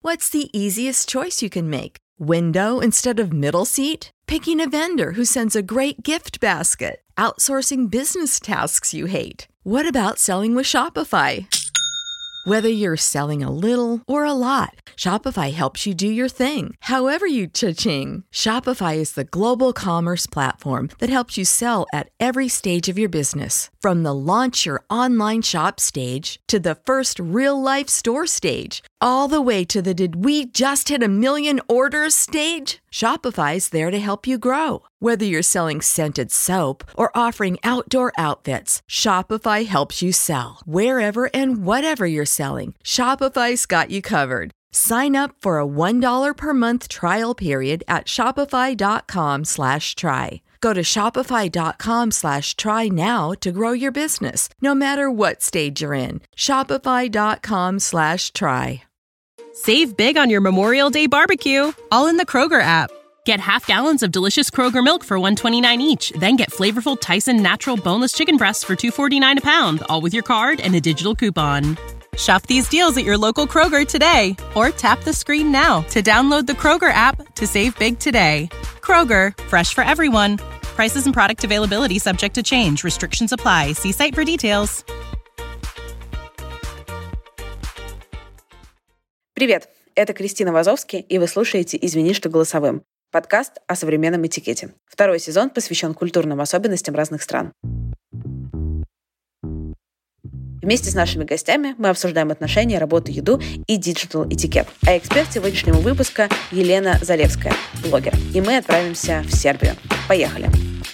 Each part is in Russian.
What's the easiest choice you can make? Window instead of middle seat? Picking a vendor who sends a great gift basket? Outsourcing business tasks you hate? What about selling with Shopify? Whether you're selling a little or a lot, Shopify helps you do your thing, however you cha-ching. Shopify is the global commerce platform that helps you sell at every stage of your business. From the launch your online shop stage to the first real-life store stage, all the way to the did we just hit a million orders stage? Shopify's there to help you grow. Whether you're selling scented soap or offering outdoor outfits, Shopify helps you sell. Wherever and whatever you're selling, Shopify's got you covered. Sign up for a $1 per month trial period at shopify.com/try. Go to shopify.com/try now to grow your business, no matter what stage you're in. Shopify.com/try. Save big on your Memorial Day barbecue, all in the Kroger app. Get half gallons of delicious Kroger milk for $1.29 each. Then get flavorful Tyson natural boneless chicken breasts for $2.49 a pound, all with your card and a digital coupon. Shop these deals at your local Kroger today, or tap the screen now to download the Kroger app to save big today. Kroger, fresh for everyone. Prices and product availability subject to change. Restrictions apply. See site for details. Привет, это Кристина Вазовский, и вы слушаете «Извини, что голосовым» — подкаст о современном этикете. Второй сезон посвящен культурным особенностям разных стран. Вместе с нашими гостями мы обсуждаем отношения, работу, еду и диджитал-этикет. А эксперт сегодняшнего выпуска — Елена Залевская, блогер. И мы отправимся в Сербию. Поехали!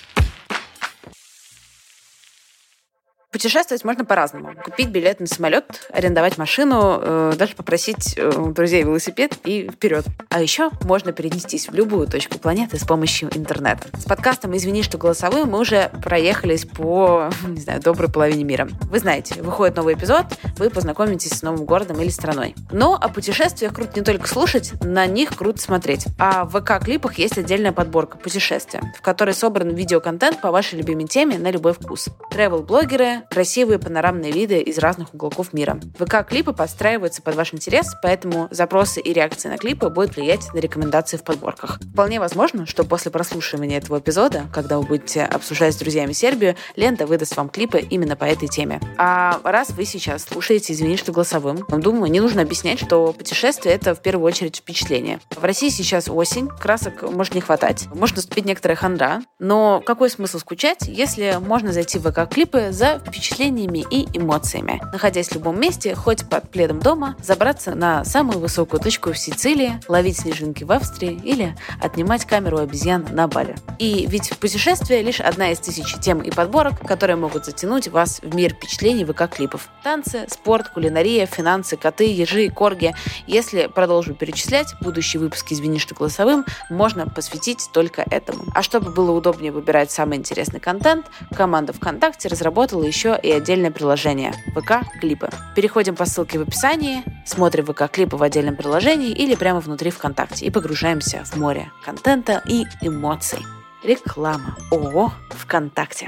Путешествовать можно по-разному. Купить билет на самолет, арендовать машину, даже попросить у друзей велосипед и вперед. А еще можно перенестись в любую точку планеты с помощью интернета. С подкастом «Извини, что голосовым» мы уже проехались по, доброй половине мира. Вы знаете, выходит новый эпизод, вы познакомитесь с новым городом или страной. Но о путешествиях круто не только слушать, на них круто смотреть. А в ВК-клипах есть отдельная подборка «Путешествия», в которой собран видеоконтент по вашей любимой теме на любой вкус. Тревел-блогеры, красивые панорамные виды из разных уголков мира. ВК-клипы подстраиваются под ваш интерес, поэтому запросы и реакции на клипы будут влиять на рекомендации в подборках. Вполне возможно, что после прослушивания этого эпизода, когда вы будете обсуждать с друзьями Сербию, лента выдаст вам клипы именно по этой теме. А раз вы сейчас слушаете «Извини, что голосовым», думаю, не нужно объяснять, что путешествие — это в первую очередь впечатление. В России сейчас осень, красок может не хватать, может наступить некоторая хандра, но какой смысл скучать, если можно зайти в ВК-клипы за впечатлениями и эмоциями, находясь в любом месте, хоть под пледом дома, забраться на самую высокую точку в Сицилии, ловить снежинки в Австрии или отнимать камеру обезьян на Бали. И ведь путешествие — лишь одна из тысячи тем и подборок, которые могут затянуть вас в мир впечатлений ВК-клипов. Танцы, спорт, кулинария, финансы, коты, ежи, корги. Если продолжу перечислять, будущие выпуски «Извини, что голосовым» можно посвятить только этому. А чтобы было удобнее выбирать самый интересный контент, команда ВКонтакте разработала еще и отдельное приложение ВК-клипы. Переходим по ссылке в описании, смотрим ВК-клипы в отдельном приложении или прямо внутри ВКонтакте и погружаемся в море контента и эмоций. Реклама. ООО «ВКонтакте».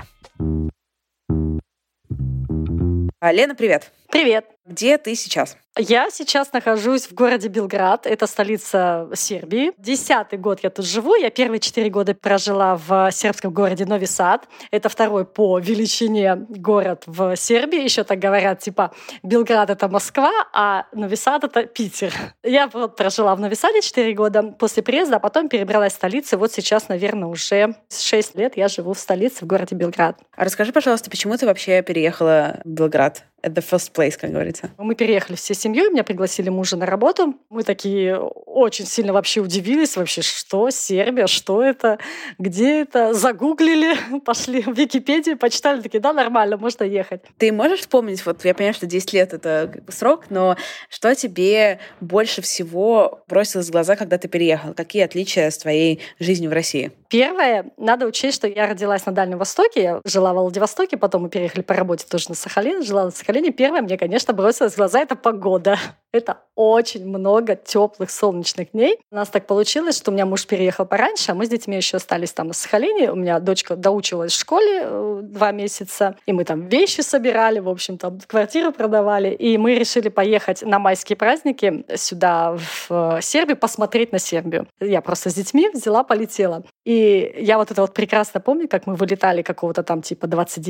Лена, привет. Привет. Где ты сейчас? Я сейчас нахожусь в городе Белград, это столица Сербии. 10-й год я тут живу, я первые 4 года прожила в сербском городе Нови Сад. Это второй по величине город в Сербии. Еще так говорят, типа, Белград — это Москва, а Нови Сад — это Питер. Я вот прожила в Нови Саде 4 года после приезда, а потом перебралась в столицу. Вот сейчас, наверное, уже 6 лет я живу в столице, в городе Белград. А расскажи, пожалуйста, почему ты вообще переехала в Белград? At the first place, как говорится. Мы переехали всей семьей, меня пригласили мужа на работу. Мы такие очень сильно вообще удивились. Вообще, что Сербия, что это, где это? Загуглили, пошли в Википедию, почитали, такие, да, нормально, можно ехать. Ты можешь вспомнить, вот я понимаю, что 10 лет — это как бы срок, но что тебе больше всего бросилось в глаза, когда ты переехал? Какие отличия с твоей жизнью в России? Первое, надо учесть, что я родилась на Дальнем Востоке, я жила в Владивостоке, потом мы переехали по работе тоже на Сахалин, жила на Сахалине. Первое, мне, конечно, бросилось в глаза — это погода. Это очень много теплых солнечных дней. У нас так получилось, что у меня муж переехал пораньше, а мы с детьми еще остались там на Сахалине. У меня дочка доучивалась в школе 2 месяца, и мы там вещи собирали, в общем, там квартиру продавали. И мы решили поехать на майские праздники сюда, в Сербию, посмотреть на Сербию. Я просто с детьми взяла, полетела. И я вот это вот прекрасно помню, как мы вылетали какого-то там типа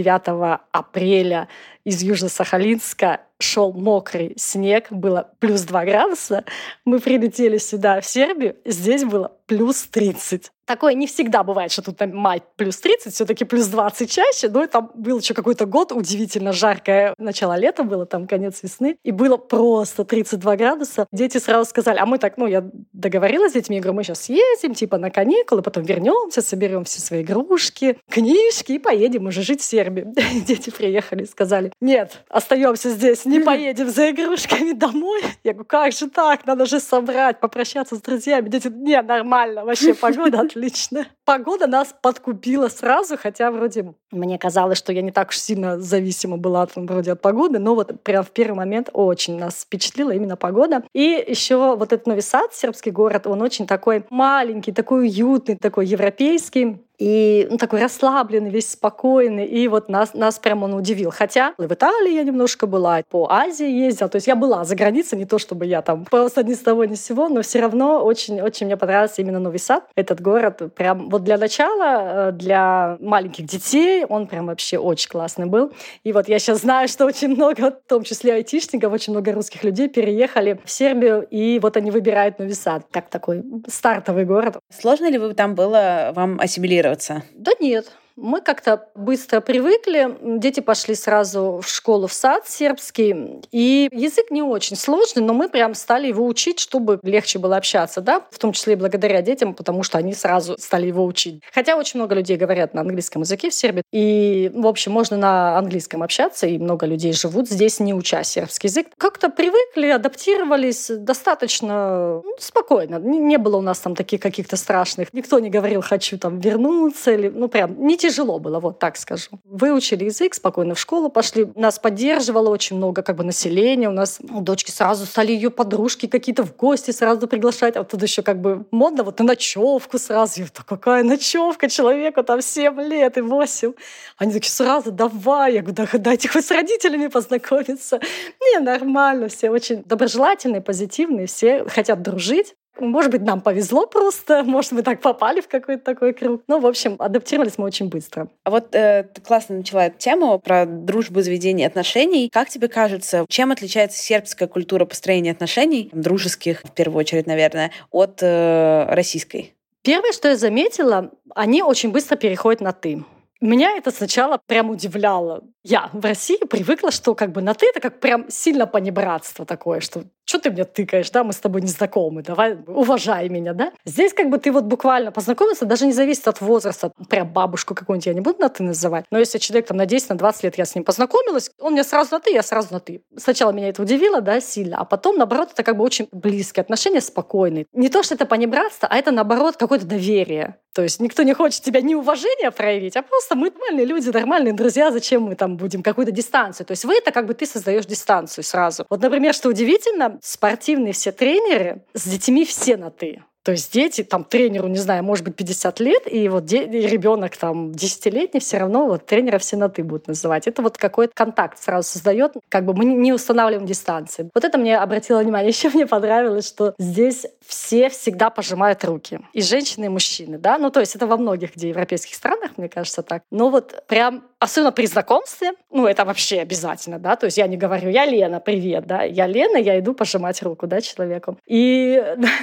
29 апреля из Южно-Сахалинска, шел мокрый снег, было плюс 2 градуса. Мы прилетели сюда, в Сербию, здесь было плюс 30. Такое не всегда бывает, что тут май плюс 30, все-таки плюс 20 чаще. Но там был еще какой-то год удивительно жаркое. Начало лета было, там конец весны. И было просто 32 градуса. Дети сразу сказали, а мы так, я договорилась с детьми, я говорю, мы сейчас съездим, типа на каникулы, потом вернемся, соберем все свои игрушки, книжки и поедем уже жить в Сербии. Дети приехали и сказали, нет, остаемся здесь, не поедем за игрушками домой. Я говорю, как же так? Надо же собрать, попрощаться с друзьями. Дети, не, нормально, вообще погода отличная. Погода нас подкупила сразу, хотя вроде мне казалось, что я не так уж сильно зависима была вроде от погоды, но вот прям в первый момент очень нас впечатлила именно погода. И еще вот этот Нови Сад, сербский город, он очень такой маленький, такой уютный, такой европейский. И такой расслабленный, весь спокойный. И вот нас прям он удивил. Хотя в Италии я немножко была, по Азии ездила. То есть я была за границей, не то чтобы я там просто ни с того ни с сего, но все равно очень-очень мне понравился именно Нови Сад. Этот город прям вот для начала, для маленьких детей, он прям вообще очень классный был. И вот я сейчас знаю, что очень много, в том числе айтишников, очень много русских людей переехали в Сербию, и вот они выбирают Нови Сад как такой стартовый город. Сложно ли там было вам ассимилироваться? Да нет. Мы как-то быстро привыкли. Дети пошли сразу в школу, в сад сербский. И язык не очень сложный, но мы прям стали его учить, чтобы легче было общаться, да? В том числе и благодаря детям, потому что они сразу стали его учить. Хотя очень много людей говорят на английском языке в Сербии. И, в общем, можно на английском общаться, и много людей живут здесь, не уча сербский язык. Как-то привыкли, адаптировались достаточно спокойно. Не было у нас там таких каких-то страшных. Никто не говорил, хочу там вернуться, или, прям не тяжело было, вот так скажу. Выучили язык, спокойно в школу пошли. Нас поддерживало очень много населения. У нас у дочки сразу стали ее подружки какие-то в гости сразу приглашать. А вот тут еще модно на ночевку сразу. Я так, какая ночевка? Человеку там 7 лет и 8. Они такие, сразу давай. Я говорю, да, дайте хоть с родителями познакомиться. Не, нормально. Все очень доброжелательные, позитивные. Все хотят дружить. Может быть, нам повезло просто, может, мы так попали в какой-то такой круг. В общем, адаптировались мы очень быстро. А вот ты классно начала эту тему про дружбу, заведение отношений. Как тебе кажется, чем отличается сербская культура построения отношений, дружеских, в первую очередь, наверное, от российской? Первое, что я заметила, они очень быстро переходят на «ты». Меня это сначала прям удивляло. Я в России привыкла, что на «ты» — это прям сильно понебратство такое, что ты мне тыкаешь, да, мы с тобой не знакомы, давай уважай меня, да. Здесь ты буквально познакомился, даже не зависит от возраста. Прям бабушку какую-нибудь я не буду на «ты» называть, но если человек на 10, на 20 лет я с ним познакомилась, он мне сразу на «ты», я сразу на «ты». Сначала меня это удивило, да, сильно, а потом, наоборот, это очень близкие отношения, спокойные. Не то, что это понебратство, а это, наоборот, какое-то доверие. То есть никто не хочет тебя неуважения проявить, а просто мы нормальные люди, нормальные друзья, зачем мы там будем какую-то дистанцию. То есть ты создаешь дистанцию сразу. Вот, например, что удивительно, спортивные все тренеры с детьми все на «ты». То есть дети, тренеру, не знаю, может быть, 50 лет, и ребенок 10-летний, все равно тренера все на «ты» будут называть. Это какой-то контакт сразу создает, мы не устанавливаем дистанции. Вот это мне обратило внимание. Еще мне понравилось, что здесь все всегда пожимают руки. И женщины, и мужчины, да? То есть это во многих европейских странах, мне кажется, так. Но прям, особенно при знакомстве, это вообще обязательно, да? То есть я не говорю, я Лена, привет, да? Я Лена, я иду пожимать руку, да, человеку. И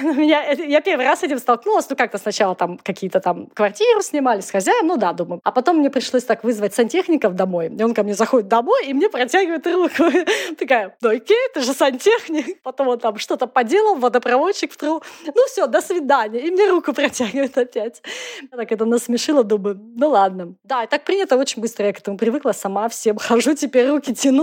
я первый раз с этим столкнулась, как-то сначала какие-то квартиру снимали с хозяином, думаю. А потом мне пришлось вызвать сантехников домой. И он ко мне заходит домой и мне протягивает руку. Такая, окей, ты же сантехник. Потом он что-то поделал, водопроводчик в трубу. Все, до свидания. И мне руку протягивает опять. Я так это насмешила, думаю, ладно. Да, и так принято очень быстро, я к этому привыкла, сама всем хожу, теперь руки тяну.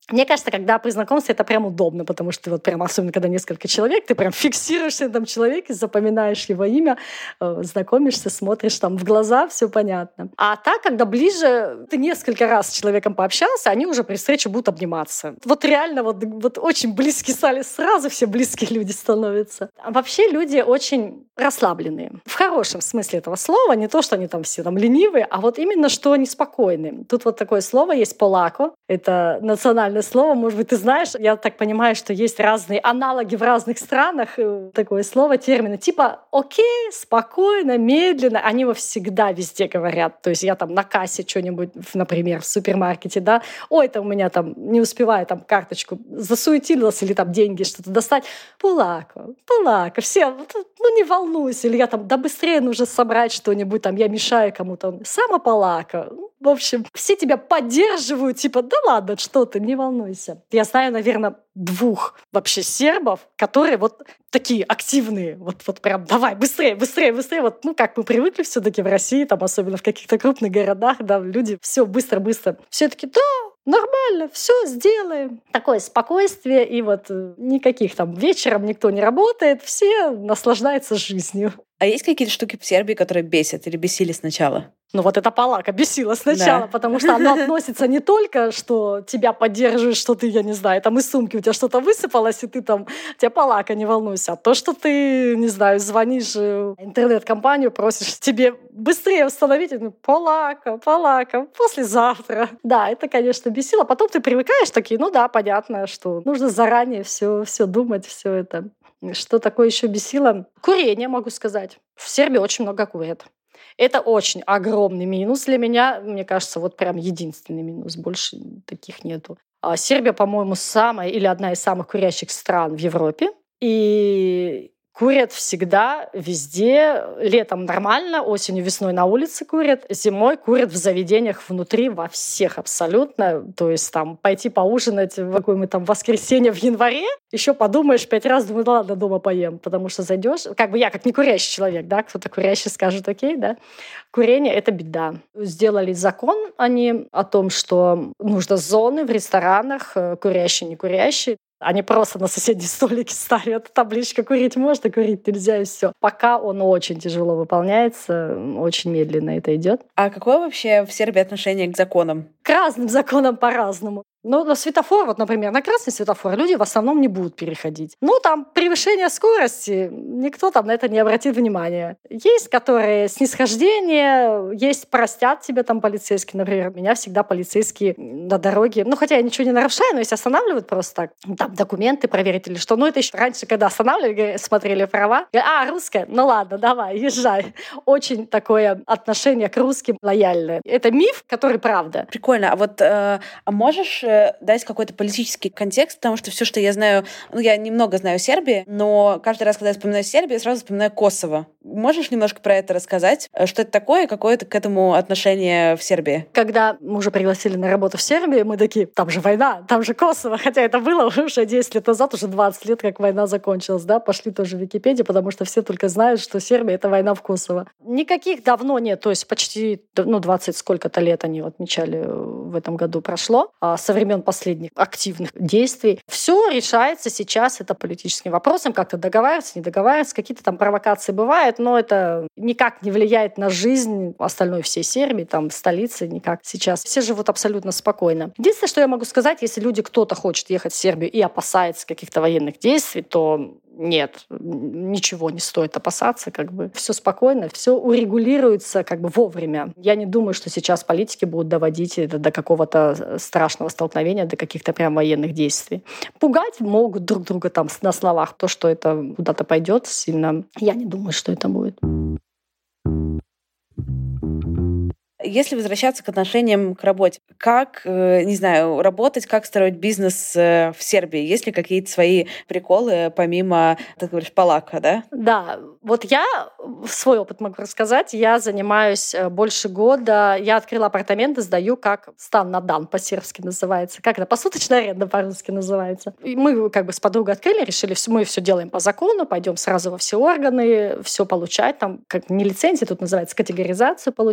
Мне кажется, когда при знакомстве это прям удобно, потому что ты вот прям, особенно когда несколько человек, ты прям фиксируешься на этом человеке, запоминаешь его имя, знакомишься, смотришь там в глаза, все понятно. А так, когда ближе, ты несколько раз с человеком пообщался, они уже при встрече будут обниматься. Вот реально вот очень близкие стали, сразу все близкие люди становятся. А вообще люди очень расслабленные. В хорошем смысле этого слова. Не то, что они там все там ленивые, а вот именно, что они спокойны. Тут вот такое слово есть «полако». Это национальное слово. Может быть, ты знаешь, я так понимаю, что есть разные аналоги в разных странах. Такое слово, термины. Типа «окей», «спокойно», «медленно». Они его всегда везде говорят. То есть я там на кассе что-нибудь, например, в супермаркете, да, ой, это у меня там не успеваю там карточку, засуетилась или там деньги что-то достать. «Полако», «полако», все, ну не волнуйся. Или я там, да быстрее нужно собрать что-нибудь, там я мешаю кому-то. «Сама полако». В общем, все тебя поддерживают, типа, да ладно, что ты, не волнуйся. Я знаю, наверное, 2 вообще сербов, которые вот такие активные, вот прям давай, быстрее, быстрее, быстрее. Вот, ну, как мы привыкли все-таки в России, там, особенно в каких-то крупных городах, да, люди все быстро-быстро. Все таки да, нормально, все сделаем. Такое спокойствие, и вот никаких там вечером никто не работает, все наслаждаются жизнью. А есть какие-то штуки в Сербии, которые бесят или бесили сначала? Ну вот эта полака бесила сначала, потому что оно относится не только, что тебя поддерживают, что ты, я не знаю, там из сумки у тебя что-то высыпалось, и ты там, тебя полака, не волнуйся, а то, что ты, не знаю, звонишь в интернет-компанию, просишь тебе быстрее установить, ну, полака, послезавтра. Да, это, конечно, бесило. Потом ты привыкаешь, такие, ну да, понятно, что нужно заранее все думать, все это. Что такое еще бесило? Курение, могу сказать. В Сербии очень много курят. Это очень огромный минус для меня. Мне кажется, вот прям единственный минус. Больше таких нету. Сербия, по-моему, самая или одна из самых курящих стран в Европе. И курят всегда, везде. Летом нормально, осенью, весной на улице курят. Зимой курят в заведениях внутри, во всех абсолютно. То есть там пойти поужинать в какое-нибудь там воскресенье в январе, еще подумаешь 5 раз, думаю, да ладно, дома поем. Потому что зайдешь, как бы я, как не курящий человек, да, кто-то курящий скажет, окей, да. Курение — это беда. Сделали закон они о том, что нужно зоны в ресторанах, курящие, не курящие. Они просто на соседние столики ставят табличка «Курить можно, курить нельзя» и все. Пока он очень тяжело выполняется, очень медленно это идет. А какое вообще в Сербии отношение к законам? К разным законам по-разному. Ну, на светофор, вот, например, на красный светофор люди в основном не будут переходить. Ну, там превышение скорости, никто там на это не обратит внимания. Есть, которые снисхождение, есть, простят тебе там полицейские, например. Меня всегда полицейские на дороге, ну, хотя я ничего не нарушаю, но если останавливают просто так, там документы проверить или что. Ну, это еще раньше, когда останавливали, смотрели права. Говорят, русская? Ну, ладно, давай, езжай. Очень такое отношение к русским лояльное. Это миф, который правда. Прикольно. А вот можешь дать какой-то политический контекст, потому что все, что я знаю, ну, я немного знаю Сербии, но каждый раз, когда я вспоминаю Сербию, я сразу вспоминаю Косово. Можешь немножко про это рассказать? Что это такое, какое-то к этому отношение в Сербии? Когда мы уже пригласили на работу в Сербии, мы такие, там же война, там же Косово, хотя это было уже 10 лет назад, уже 20 лет, как война закончилась, да, пошли тоже в Википедию, потому что все только знают, что Сербия — это война в Косово. Никаких давно нет, то есть почти, 20 сколько-то лет они отмечали в этом году прошло, со времен последних активных действий. Все решается сейчас, это политическим вопросом, как-то договариваться, не договариваться, какие-то там провокации бывают, но это никак не влияет на жизнь остальной всей Сербии, там, столицы, никак сейчас. Все живут абсолютно спокойно. Единственное, что я могу сказать, если кто-то хочет ехать в Сербию и опасается каких-то военных действий, то нет, ничего не стоит опасаться, как бы все спокойно, все урегулируется как бы вовремя. Я не думаю, что сейчас политики будут доводить это до какого-то страшного столкновения, до каких-то прям военных действий. Пугать могут друг друга там на словах, то, что это куда-то пойдет сильно, я не думаю, что это будет. Если возвращаться к отношениям к работе, как, не знаю, работать, как строить бизнес в Сербии? Есть ли какие-то свои приколы, помимо, ты говоришь, полака, да? Да, вот я свой опыт могу рассказать. Я занимаюсь больше года. Я открыла апартаменты, сдаю как стан на дан, по-сербски называется. Как это? Посуточная аренда по-русски называется. И мы как бы с подругой открыли, решили, мы все делаем по закону, пойдем сразу во все органы, все получать. Там, как не лицензии, тут называется категоризацию получать.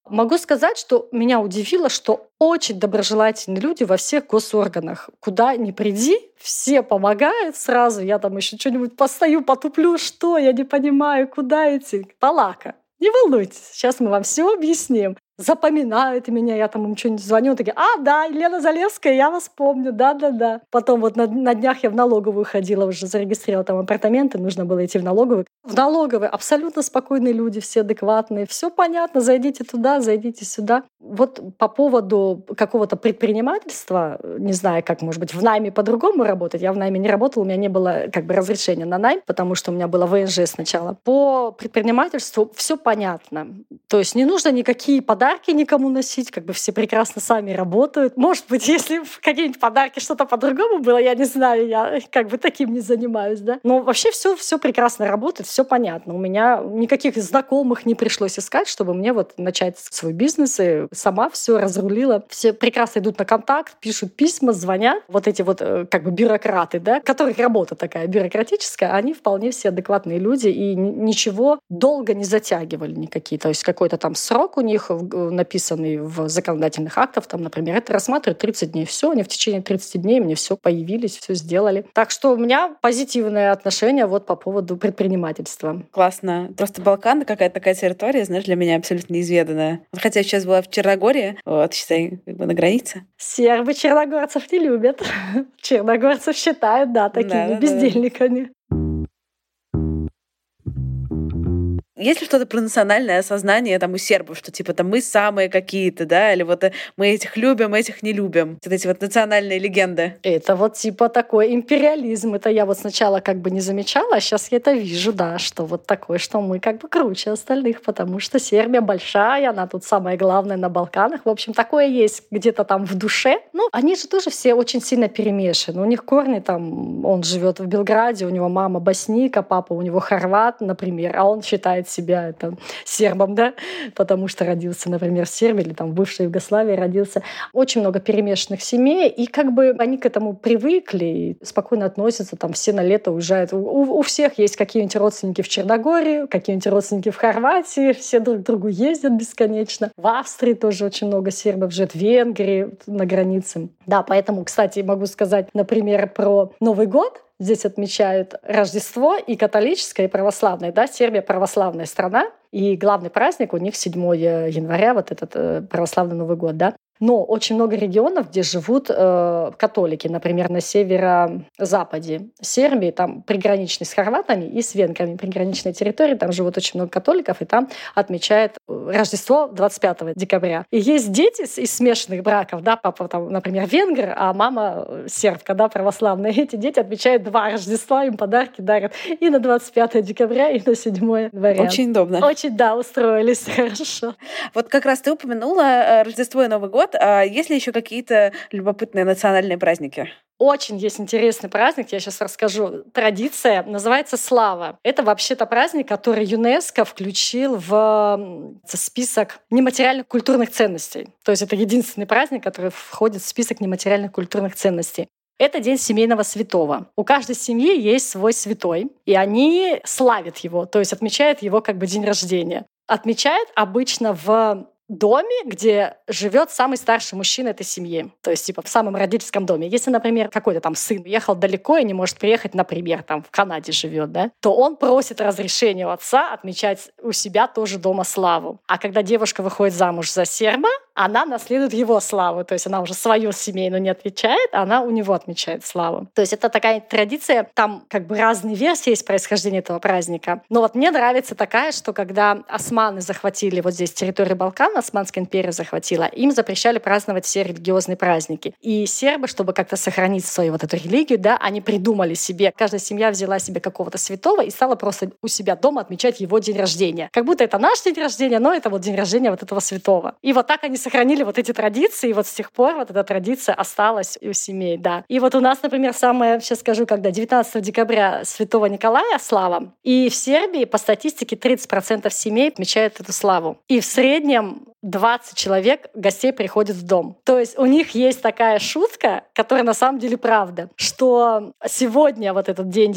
Могу сказать, что меня удивило, что очень доброжелательные люди во всех госорганах. Куда ни приди, все помогают сразу. Я там еще что-нибудь постою, потуплю, что я не понимаю, куда идти. Полака. Не волнуйтесь, сейчас мы вам все объясним. Запоминают меня, я там им что-нибудь звоню, такие: да, Елена Залевская, я вас помню, да. Потом вот на днях я в налоговую ходила, уже зарегистрировала там апартаменты, нужно было идти в налоговую. В налоговой абсолютно спокойные люди, все адекватные, все понятно, зайдите туда, зайдите сюда. Вот по поводу какого-то предпринимательства, не знаю, как, может быть, в найме по-другому работать. Я в найме не работала, у меня не было разрешения на найм, потому что у меня было ВНЖ сначала. По предпринимательству все понятно. То есть не нужно никакие подарки никому носить, все прекрасно сами работают. Может быть, если в какие-нибудь подарки что-то по-другому было, я не знаю, я таким не занимаюсь, да. Но вообще все прекрасно работает, все понятно. У меня никаких знакомых не пришлось искать, чтобы мне начать свой бизнес, и сама все разрулила. Все прекрасно идут на контакт, пишут письма, звонят. Вот эти бюрократы, да, которых работа такая бюрократическая, они вполне все адекватные люди и ничего долго не затягивали никакие. То есть какой-то там срок у них написанный в законодательных актах, там, например, это рассматривают 30 дней. Все, они в течение 30 дней мне все появились, все сделали. Так что у меня позитивное отношение по поводу предпринимательства. Классно. Просто Балканы какая-то такая территория, знаешь, для меня абсолютно неизведанная. Хотя я сейчас была в Черногории, считай, на границе. Сербы черногорцев не любят. Черногорцев считают, такими бездельниками. Есть ли что-то про национальное осознание у сербов, что мы самые какие-то, да, или мы этих любим, этих не любим? Эти национальные легенды. Это такой империализм. Это я сначала не замечала, а сейчас я это вижу, да, что такое, что мы круче остальных, потому что Сербия большая, она тут самая главная на Балканах. В общем, такое есть где-то там в душе. Они же тоже все очень сильно перемешаны. У них корни он живет в Белграде, у него мама босника, папа у него хорват, например, а он считает себя сербом, да, потому что родился, например, в Сербии или в бывшей Югославии родился. Очень много перемешанных семей, и они к этому привыкли и спокойно относятся, все на лето уезжают. У всех есть какие-нибудь родственники в Черногории, какие-нибудь родственники в Хорватии, все друг к другу ездят бесконечно. В Австрии тоже очень много сербов живет, в Венгрии на границе. Да, поэтому, кстати, могу сказать, например, про Новый год. Здесь отмечают Рождество и католическое, и православное. Да? Сербия православная страна, и главный праздник у них 7 января, этот православный Новый год. Да? Но очень много регионов, где живут католики. Например, на северо-западе Сербии, там приграничной с хорватами и с венграми, приграничной территории, там живут очень много католиков, и там отмечают Рождество 25 декабря. И есть дети из смешанных браков, да, папа, например, венгр, а мама сербка, да, православная. Эти дети отмечают 2 Рождества, им подарки дарят и на 25 декабря, и на 7 января. Очень удобно. Очень, да, устроились хорошо. Как раз ты упомянула Рождество и Новый год. А есть ли еще какие-то любопытные национальные праздники? Очень есть интересный праздник, я сейчас расскажу. Традиция называется «Слава». Это вообще-то праздник, который ЮНЕСКО включил в список нематериальных культурных ценностей. То есть это единственный праздник, который входит в список нематериальных культурных ценностей. Это день семейного святого. У каждой семьи есть свой святой, и они славят его, то есть отмечают его день рождения. Отмечают обычно в доме, где живет самый старший мужчина этой семьи. То есть, в самом родительском доме. Если, например, какой-то сын ехал далеко и не может приехать, например, в Канаде живет, да, то он просит разрешения у отца отмечать у себя тоже дома славу. А когда девушка выходит замуж за серба, она наследует его славу. То есть она уже свою семейную не отвечает, а она у него отмечает славу. То есть это такая традиция. Там разные версии есть происхождения этого праздника. Но мне нравится такая, что когда османы захватили здесь территорию Балкан, Османская империя захватила, им запрещали праздновать все религиозные праздники. И сербы, чтобы как-то сохранить свою эту религию, да, они придумали себе, каждая семья взяла себе какого-то святого и стала просто у себя дома отмечать его день рождения. Как будто это наш день рождения, но это день рождения этого святого. И так они сохранили эти традиции, и с тех пор эта традиция осталась у семей, да. И у нас, например, сейчас скажу, когда 19 декабря Святого Николая слава, и в Сербии по статистике 30% семей отмечают эту славу. И в среднем 20 человек гостей приходят в дом. То есть у них есть такая шутка, которая на самом деле правда, что сегодня, вот этот день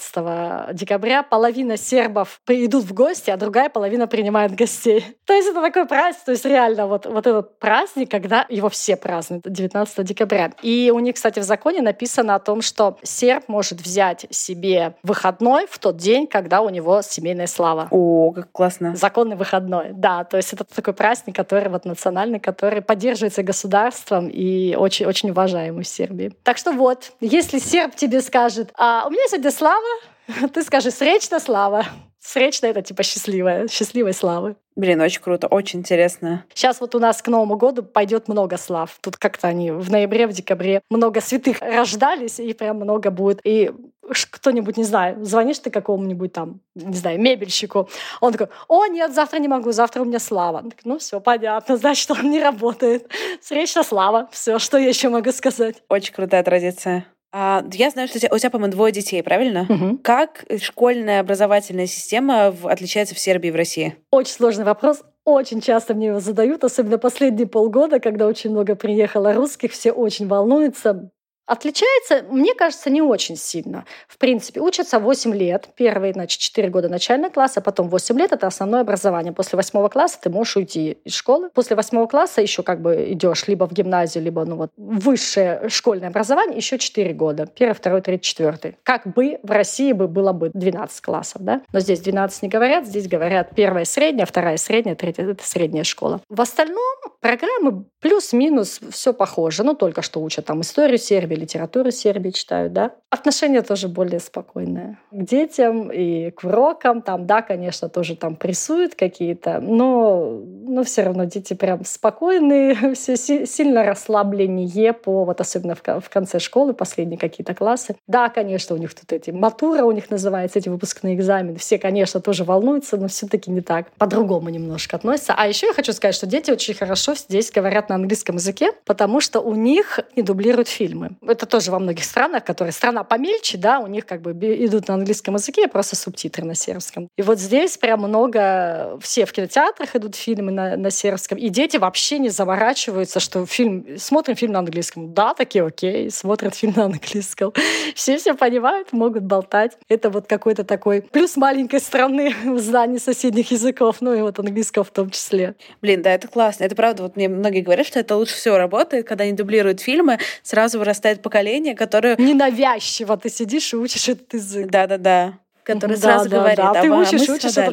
19 декабря, половина сербов идут в гости, а другая половина принимает гостей. То есть это такой праздник, то есть реально вот этот праздник, когда его все празднуют, 19 декабря. И у них, кстати, в законе написано о том, что серб может взять себе выходной в тот день, когда у него семейная слава. О, как классно. Законный выходной, да. То есть это такой праздник, который вот национальный, который поддерживается государством и очень уважаемый в Сербии. Так что вот, если серб тебе скажет: у меня сегодня слава, ты скажи: сречна слава. Сречна — это типа счастливой славы. Блин, очень круто, очень интересно. Сейчас вот у нас к Новому году пойдет много слав. Тут как-то они в ноябре, в декабре много святых рождались, и прям много будет. И кто-нибудь, не знаю, звонишь ты какому-нибудь там, не знаю, мебельщику, он такой: о, нет, завтра не могу, завтра у меня слава. Ну все, понятно, значит, он не работает. Сречна слава, все, что я еще могу сказать. Очень крутая традиция. Я знаю, что у тебя, по-моему, 2 детей, правильно? Угу. Как школьная образовательная система отличается в Сербии и в России? Очень сложный вопрос. Очень часто мне его задают, особенно последние полгода, когда очень много приехало русских, все очень волнуются. Отличается, мне кажется, не очень сильно. В принципе, учатся 8 лет. Первые, 4 года начальный класс, а потом 8 лет — это основное образование. После 8 класса ты можешь уйти из школы. После 8 класса еще идешь либо в гимназию, либо высшее школьное образование, еще 4 года. 1, 2, 3, 4. Как бы в России было бы 12 классов, да? Но здесь 12 не говорят, здесь говорят 1 средняя, 2 средняя, 3 — это средняя школа. В остальном программы плюс-минус все похоже. Только что учат там историю Сербии, литературу Сербии читают, да. Отношения тоже более спокойные к детям и к урокам. Там, да, конечно, тоже там прессуют какие-то, но все равно дети прям спокойные, все сильно расслабленнее особенно в конце школы, последние какие-то классы. Да, конечно, у них тут матура у них называется, эти выпускные экзамены. Все, конечно, тоже волнуются, но все-таки не так. По-другому немножко относятся. А еще я хочу сказать, что дети очень хорошо здесь говорят на английском языке, потому что у них не дублируют фильмы. Это тоже во многих странах, которые страна помельче, да, у них идут на английском языке, просто субтитры на сербском. И вот здесь прям много, все в кинотеатрах идут фильмы на сербском, и дети вообще не заворачиваются, что смотрим фильм на английском. Да, такие окей, смотрят фильм на английском. Все понимают, могут болтать. Это какой-то такой плюс маленькой страны в знании соседних языков, и английского в том числе. Блин, да, это классно. Это правда, мне многие говорят, что это лучше всего работает, когда они дублируют фильмы, сразу вырастает поколение, которое... Ненавязчиво ты сидишь и учишь этот язык. Да-да-да. Который сразу говорит: да. Ты учишь.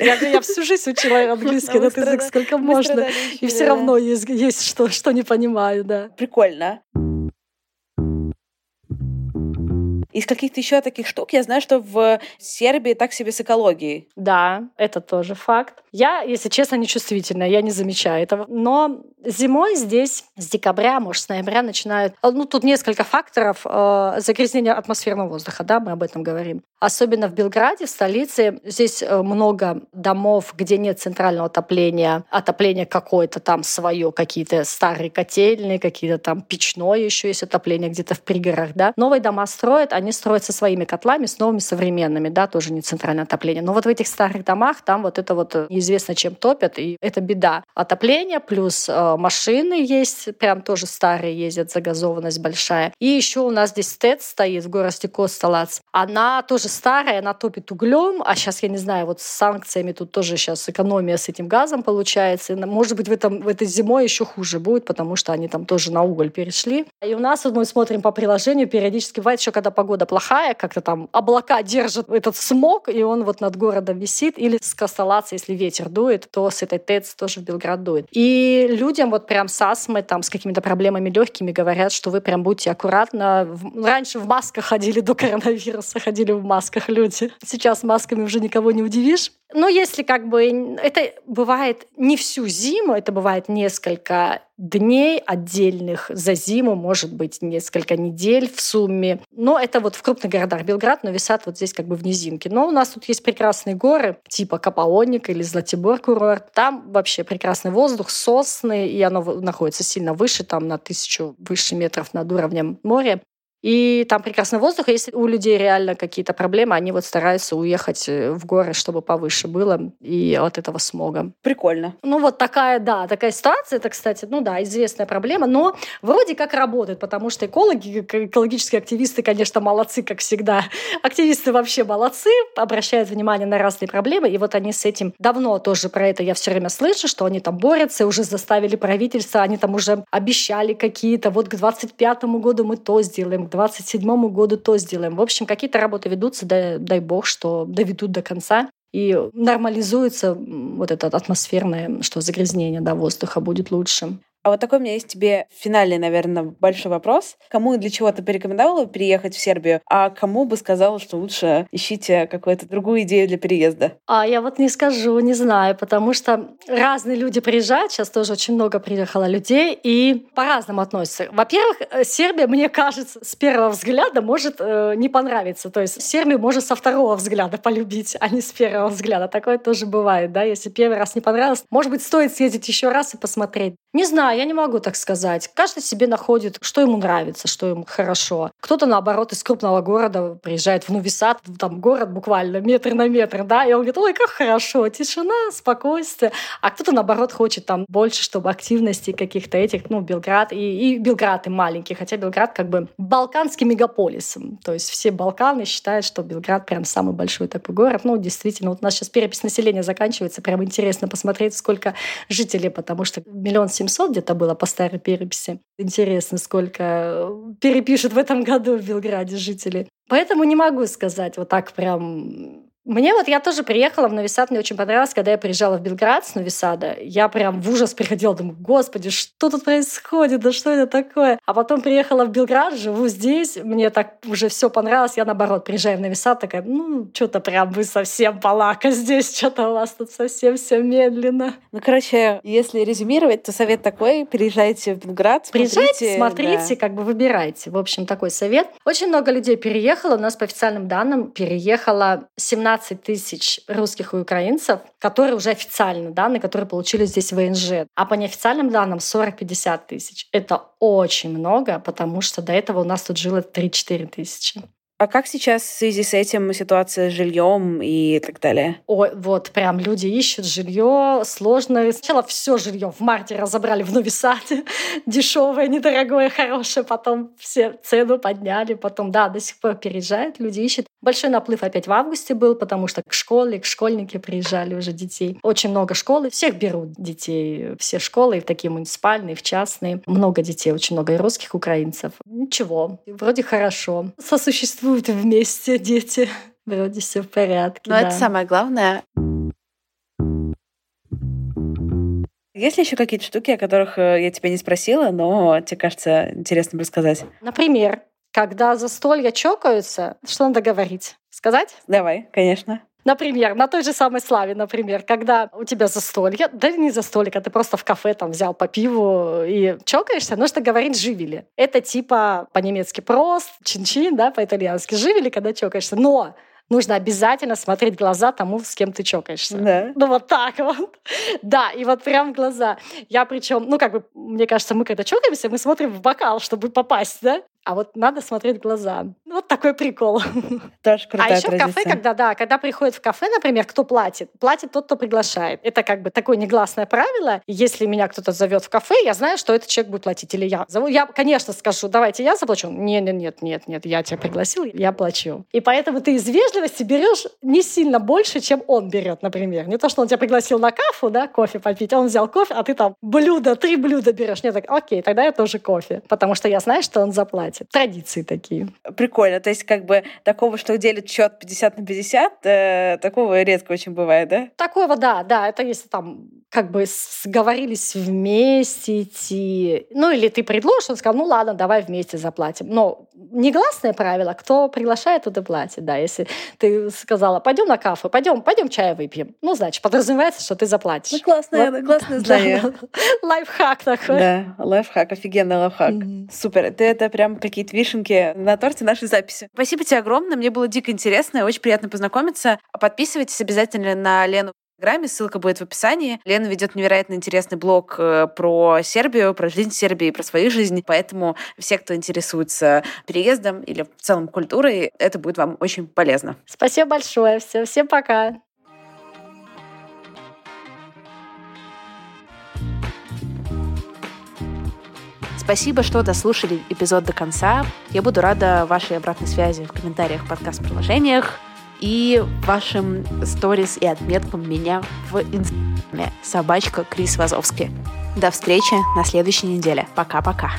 Я всю жизнь учила английский этот язык, сколько можно. И все равно есть что не понимаю, да. Прикольно. Из каких-то еще таких штук я знаю, что в Сербии так себе с экологией. Да, это тоже факт. Я, если честно, не чувствительная, я не замечаю этого. Но зимой здесь с декабря, может, с ноября начинают... тут несколько факторов загрязнения атмосферного воздуха, да, мы об этом говорим. Особенно в Белграде, в столице, здесь много домов, где нет центрального отопления, отопление какое-то там свое, какие-то старые котельные, какие-то там печное еще есть отопление где-то в пригородах, да. Новые дома строят, они строят со своими котлами, с новыми современными, да, тоже не центральное отопление. Но в этих старых домах там это неизвестно чем топят, и это беда. Отопление плюс машины есть, прям тоже старые ездят, загазованность большая. И еще у нас здесь ТЭЦ стоит в городе Костолац. Она тоже старая, она топит углем, а сейчас, я не знаю, с санкциями тут тоже сейчас экономия с этим газом получается. Может быть, в этой зимой еще хуже будет, потому что они там тоже на уголь перешли. И у нас мы смотрим по приложению, периодически бывает еще, когда погода плохая, как-то там облака держат этот смог, и он над городом висит. Или с Костолаца, если ветер дует, то с этой ТЭЦ тоже в Белград дует. И людям прям с астмой, там, с какими-то проблемами легкими говорят, что вы прям будьте аккуратны. Раньше в масках ходили до коронавируса, ходили в масках люди. Сейчас масками уже никого не удивишь. Но если это бывает не всю зиму, это бывает несколько дней отдельных за зиму, может быть, несколько недель в сумме. Но это в крупных городах. Белград, Нови Сад здесь в низинке. Но у нас тут есть прекрасные горы, типа Капаонник или Златибор курорт. Там вообще прекрасный воздух, сосны, и оно находится сильно выше, там на 1000 выше метров над уровнем моря. И там прекрасный воздух. Если у людей реально какие-то проблемы, они вот стараются уехать в горы, чтобы повыше было, и от этого смога. Прикольно. Ну вот такая ситуация. Это, кстати, известная проблема, но вроде как работает, потому что экологические активисты, конечно, молодцы, как всегда. Активисты вообще молодцы, обращают внимание на разные проблемы, и вот они с этим давно тоже про это я все время слышу, что они там борются, уже заставили правительство, они там уже обещали какие-то, вот к 25-му году мы то сделаем, к 27-му году то сделаем. В общем, какие-то работы ведутся, дай бог, что доведут до конца. И нормализуется вот это атмосферное, что загрязнение воздуха будет лучше. А вот такой у меня есть тебе финальный, наверное, большой вопрос. Кому и для чего ты порекомендовала переехать в Сербию, а кому бы сказала, что лучше ищите какую-то другую идею для переезда? Я вот не скажу, не знаю, потому что разные люди приезжают, сейчас тоже очень много приехало людей, и по-разному относятся. Во-первых, Сербия, мне кажется, с первого взгляда может не понравиться. То есть Сербию можно со второго взгляда полюбить, а не с первого взгляда. Такое тоже бывает, да, если первый раз не понравилось. Может быть, стоит съездить еще раз и посмотреть. Не знаю, я не могу так сказать. Каждый себе находит, что ему нравится, что ему хорошо. Кто-то, наоборот, из крупного города приезжает в Нови Сад, там город буквально метр на метр, да, и он говорит, ой, как хорошо, тишина, спокойствие. А кто-то, наоборот, хочет там больше, чтобы активностей каких-то этих, Белград, и Белград и маленький, хотя Белград как бы балканский мегаполис. То есть все Балканы считают, что Белград прям самый большой такой город. Действительно, вот у нас сейчас перепись населения заканчивается, прям интересно посмотреть, сколько жителей, потому что 1 700 000 где-то было по старой переписи. Интересно, сколько перепишут в этом году в Белграде жителей. Поэтому не могу сказать вот так прям. Я тоже приехала в Нови Сад, мне очень понравилось, когда я приезжала в Белград с Нови Сада, я прям в ужас приходила, думаю, господи, что тут происходит, да что это такое? А потом приехала в Белград, живу здесь, мне так уже все понравилось, я наоборот приезжаю в Нови Сад, такая, что-то прям вы совсем полака здесь, что-то у вас тут совсем все медленно. Если резюмировать, то совет такой, приезжайте в Белград, приезжайте, смотрите, да. Выбирайте. В общем, такой совет. Очень много людей переехало, у нас по официальным данным переехало 17 тысяч русских и украинцев, которые уже официальные данные, которые получили здесь ВНЖ. А по неофициальным данным 40-50 тысяч. Это очень много, потому что до этого у нас тут жило 3-4 тысячи. А как сейчас в связи с этим ситуация с жильем и так далее? Ой, вот прям люди ищут жилье, сложно. Сначала все жилье в марте разобрали в Нови Саде, дешевое, недорогое, хорошее, потом все цену подняли, потом, до сих пор переезжают, люди ищут. Большой наплыв опять в августе был, потому что школьники приезжали уже детей. Очень много школ, всех берут детей, все школы, и в такие муниципальные, в частные. Много детей, очень много и русских, украинцев. Ничего, вроде хорошо. Сосуществуют вместе дети. Вроде все в порядке. Это самое главное. Есть ли еще какие-то штуки, о которых я тебя не спросила, но тебе кажется интересным рассказать? Например, когда застолья чокаются, что надо говорить? Сказать? Давай, конечно. Например, на той же самой Славе, когда у тебя застолье, да не застолье, когда ты просто в кафе взял по пиву и чокаешься, нужно говорить «живели». Это типа по-немецки «прост», «чин-чин», по-итальянски «живели», когда чокаешься. Но нужно обязательно смотреть в глаза тому, с кем ты чокаешься. Да. Вот так вот. Да, и вот прям в глаза. Я причем, мне кажется, мы когда чокаемся, мы смотрим в бокал, чтобы попасть, да? А вот надо смотреть в глаза. Вот такой прикол. Тоже крутая еще традиция. В кафе, когда приходит в кафе, например, кто платит? Платит тот, кто приглашает. Это такое негласное правило. Если меня кто-то зовет в кафе, я знаю, что этот человек будет платить. Или я зову. Я, конечно, скажу, давайте я заплачу. Нет, я тебя пригласил, я плачу. И поэтому ты из вежливости берешь не сильно больше, чем он берет, например. Не то, что он тебя пригласил на кафу, кофе попить, он взял кофе, а ты 3 блюда берешь. Нет, окей, тогда я тоже кофе. Потому что я знаю, что он заплатит. Традиции такие. Прикольно. То есть такого, что делят счет 50 на 50, такого редко очень бывает, да? Такого, да. Это если сговорились вместе идти. Или ты предложишь, он сказал, ладно, давай вместе заплатим. Но негласное правило, кто приглашает, тот и платит. Да, если ты сказала, пойдем на кафе, пойдем чай выпьем. Значит, подразумевается, что ты заплатишь. Классное знание. Лайфхак такой. Да, лайфхак, офигенный лайфхак. Супер. Это прям какие-то вишенки на торте нашей записи. Спасибо тебе огромное. Мне было дико интересно и очень приятно познакомиться. Подписывайтесь обязательно на Лену Инстаграме, ссылка будет в описании. Лена ведет невероятно интересный блог про Сербию, про жизнь Сербии, про свою жизнь, поэтому все, кто интересуется переездом или в целом культурой, это будет вам очень полезно. Спасибо большое. Всем пока. Спасибо, что дослушали эпизод до конца. Я буду рада вашей обратной связи в комментариях в подкаст-приложениях и вашим сторис и отметкам меня в инстаграме @Крис Вазовский. До встречи на следующей неделе. Пока-пока.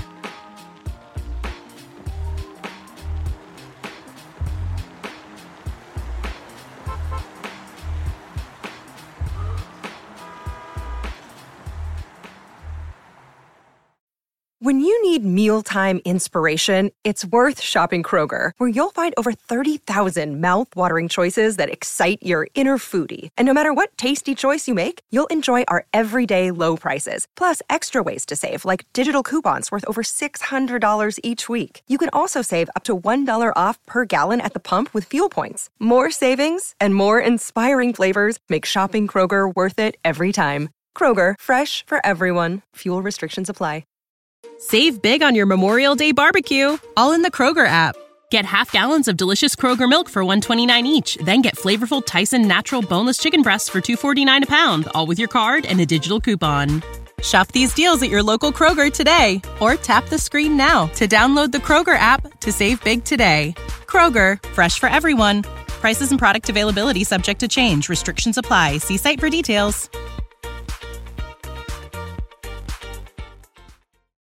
When you need mealtime inspiration, it's worth shopping Kroger, where you'll find over 30,000 mouth-watering choices that excite your inner foodie. And no matter what tasty choice you make, you'll enjoy our everyday low prices, plus extra ways to save, like digital coupons worth over $600 each week. You can also save up to $1 off per gallon at the pump with fuel points. More savings and more inspiring flavors make shopping Kroger worth it every time. Kroger, fresh for everyone. Fuel restrictions apply. Save big on your Memorial Day barbecue, all in the Kroger app. Get half gallons of delicious Kroger milk for $1.29 each. Then get flavorful Tyson natural boneless chicken breasts for $2.49 a pound, all with your card and a digital coupon. Shop these deals at your local Kroger today, or tap the screen now to download the Kroger app to save big today. Kroger, fresh for everyone. Prices and product availability subject to change. Restrictions apply. See site for details.